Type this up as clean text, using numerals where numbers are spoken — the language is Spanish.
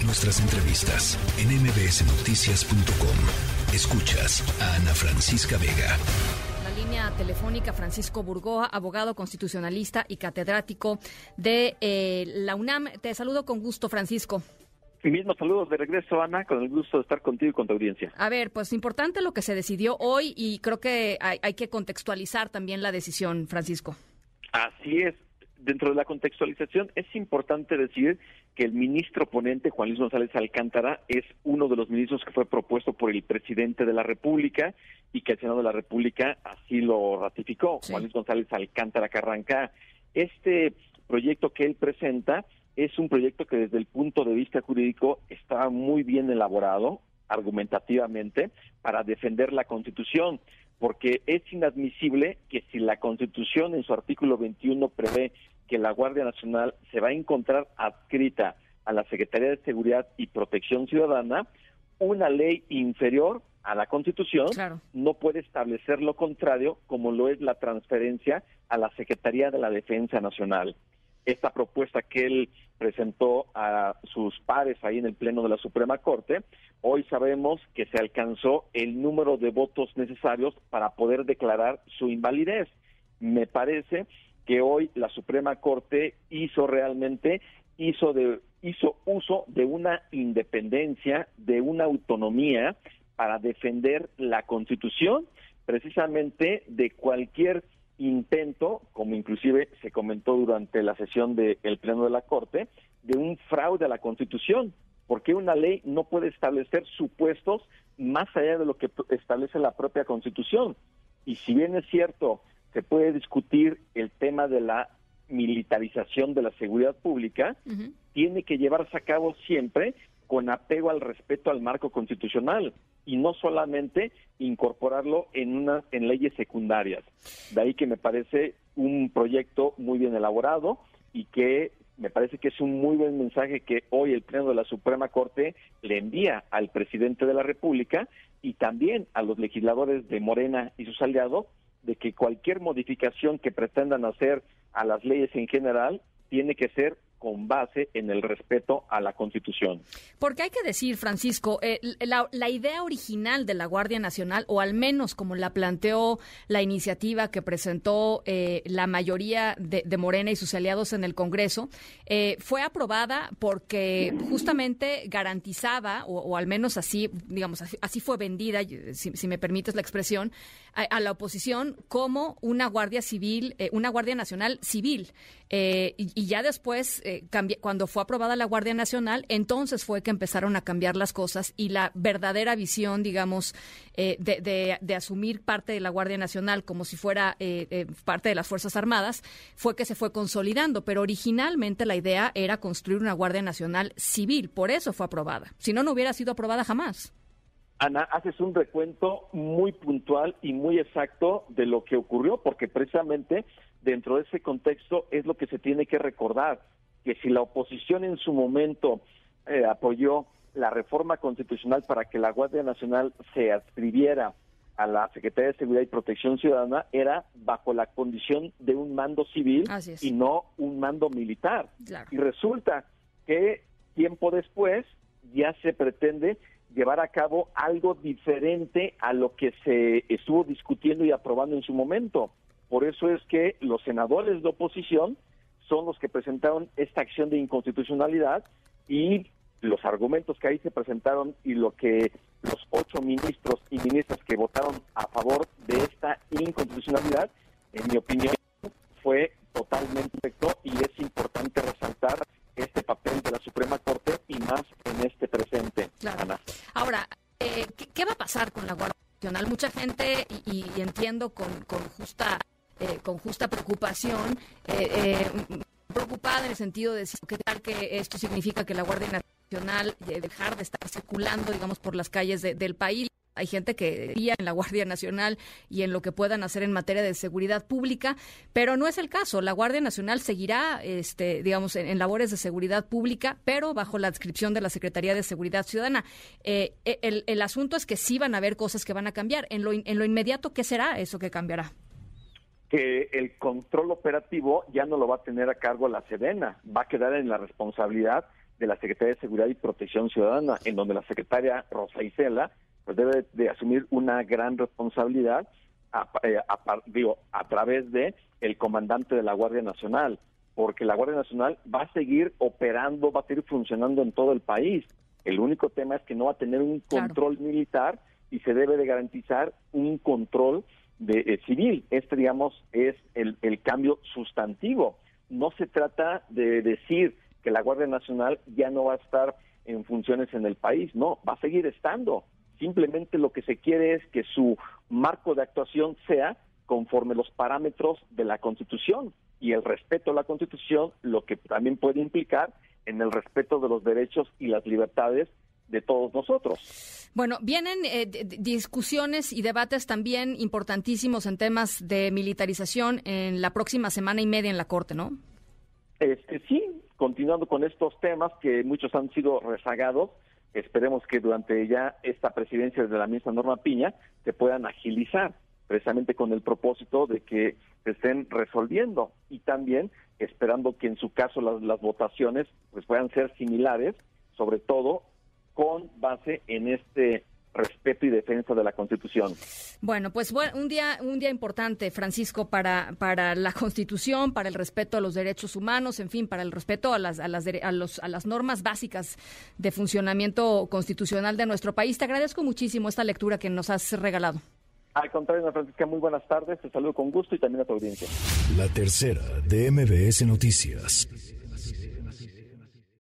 Nuestras entrevistas en mbsnoticias.com. Escuchas a Ana Francisca Vega. La línea telefónica, Francisco Burgoa, abogado constitucionalista y catedrático de la UNAM. Te saludo con gusto, Francisco. Sí mismo, saludos de regreso, Ana, con el gusto de estar contigo y con tu audiencia. A ver, pues importante lo que se decidió hoy y creo que hay que contextualizar también la decisión, Francisco. Así es. Dentro de la contextualización es importante decir que el ministro ponente, Juan Luis González Alcántara, es uno de los ministros que fue propuesto por el presidente de la República y que el Senado de la República así lo ratificó. Sí. Juan Luis González Alcántara Carranca. Este proyecto que él presenta es un proyecto que desde el punto de vista jurídico está muy bien elaborado, argumentativamente, para defender la Constitución, porque es inadmisible que si la Constitución en su artículo 21 prevé que la Guardia Nacional se va a encontrar adscrita a la Secretaría de Seguridad y Protección Ciudadana, una ley inferior a la Constitución no puede establecer lo contrario, como lo es la transferencia a la Secretaría de la Defensa Nacional. Esta propuesta que él presentó a sus pares ahí en el Pleno de la Suprema Corte, hoy sabemos que se alcanzó el número de votos necesarios para poder declarar su invalidez. Me parece que hoy la Suprema Corte hizo uso de una independencia, de una autonomía para defender la Constitución, precisamente de cualquier intento, como inclusive se comentó durante la sesión del Pleno de la Corte, de un fraude a la Constitución, porque una ley no puede establecer supuestos más allá de lo que establece la propia Constitución. Y si bien es cierto, se puede discutir el tema de la militarización de la seguridad pública, tiene que llevarse a cabo siempre con apego al respeto al marco constitucional y no solamente incorporarlo en leyes secundarias. De ahí que me parece un proyecto muy bien elaborado y que me parece que es un muy buen mensaje que hoy el Pleno de la Suprema Corte le envía al presidente de la República y también a los legisladores de Morena y sus aliados, de que cualquier modificación que pretendan hacer a las leyes en general tiene que ser con base en el respeto a la Constitución. Porque hay que decir, Francisco, la idea original de la Guardia Nacional, o al menos como la planteó la iniciativa que presentó la mayoría de Morena y sus aliados en el Congreso, fue aprobada porque justamente garantizaba, o al menos así, digamos, así fue vendida, si me permites la expresión, a la oposición como una Guardia Civil, una Guardia Nacional civil. Y ya después, cuando fue aprobada la Guardia Nacional, entonces fue que empezaron a cambiar las cosas y la verdadera visión, digamos, de asumir parte de la Guardia Nacional como si fuera parte de las Fuerzas Armadas, fue que se fue consolidando. Pero originalmente la idea era construir una Guardia Nacional civil, por eso fue aprobada. Si no, no hubiera sido aprobada jamás. Ana, haces un recuento muy puntual y muy exacto de lo que ocurrió, porque precisamente dentro de ese contexto es lo que se tiene que recordar, que si la oposición en su momento apoyó la reforma constitucional para que la Guardia Nacional se adscribiera a la Secretaría de Seguridad y Protección Ciudadana, era bajo la condición de un mando civil y no un mando militar. Claro. Y resulta que tiempo después ya se pretende llevar a cabo algo diferente a lo que se estuvo discutiendo y aprobando en su momento. Por eso es que los senadores de oposición son los que presentaron esta acción de inconstitucionalidad y los argumentos que ahí se presentaron y lo que los 8 ministros y ministras que votaron a favor de esta inconstitucionalidad, en mi opinión, fue totalmente correcto y es importante resaltar este papel de la Suprema Corte y más en este presente. Claro. Ana. Ahora, ¿qué va a pasar con la Guardia Nacional? Mucha gente, y entiendo con justa preocupación, preocupada en el sentido de qué tal que esto significa que la Guardia Nacional dejar de estar circulando, digamos, por las calles del país. Hay gente que confía en la Guardia Nacional y en lo que puedan hacer en materia de seguridad pública, pero no es el caso. La Guardia Nacional seguirá, digamos, en labores de seguridad pública, pero bajo la adscripción de la Secretaría de Seguridad Ciudadana. El asunto es que sí van a haber cosas que van a cambiar. En lo inmediato, ¿qué será eso que cambiará? Que el control operativo ya no lo va a tener a cargo la Sedena, va a quedar en la responsabilidad de la Secretaría de Seguridad y Protección Ciudadana, en donde la secretaria Rosa Isela pues debe de asumir una gran responsabilidad a través de el comandante de la Guardia Nacional, porque la Guardia Nacional va a seguir operando, va a seguir funcionando en todo el país. El único tema es que no va a tener un control militar y se debe de garantizar un control civil. Digamos, es el cambio sustantivo. No se trata de decir que la Guardia Nacional ya no va a estar en funciones en el país, no, va a seguir estando. Simplemente lo que se quiere es que su marco de actuación sea conforme los parámetros de la Constitución, y el respeto a la Constitución, lo que también puede implicar en el respeto de los derechos y las libertades de todos nosotros. Bueno, vienen discusiones y debates también importantísimos en temas de militarización en la próxima semana y media en la Corte, ¿no? Sí, continuando con estos temas que muchos han sido rezagados, esperemos que durante ya esta presidencia de la ministra Norma Piña se puedan agilizar, precisamente con el propósito de que se estén resolviendo, y también esperando que en su caso las votaciones pues puedan ser similares, sobre todo con base en este respeto y defensa de la Constitución. Bueno, pues un día importante, Francisco, para la Constitución, para el respeto a los derechos humanos, en fin, para el respeto a las normas básicas de funcionamiento constitucional de nuestro país. Te agradezco muchísimo esta lectura que nos has regalado. Al contrario, Ana Francisca, muy buenas tardes, te saludo con gusto y también a tu audiencia. La tercera de MBS Noticias.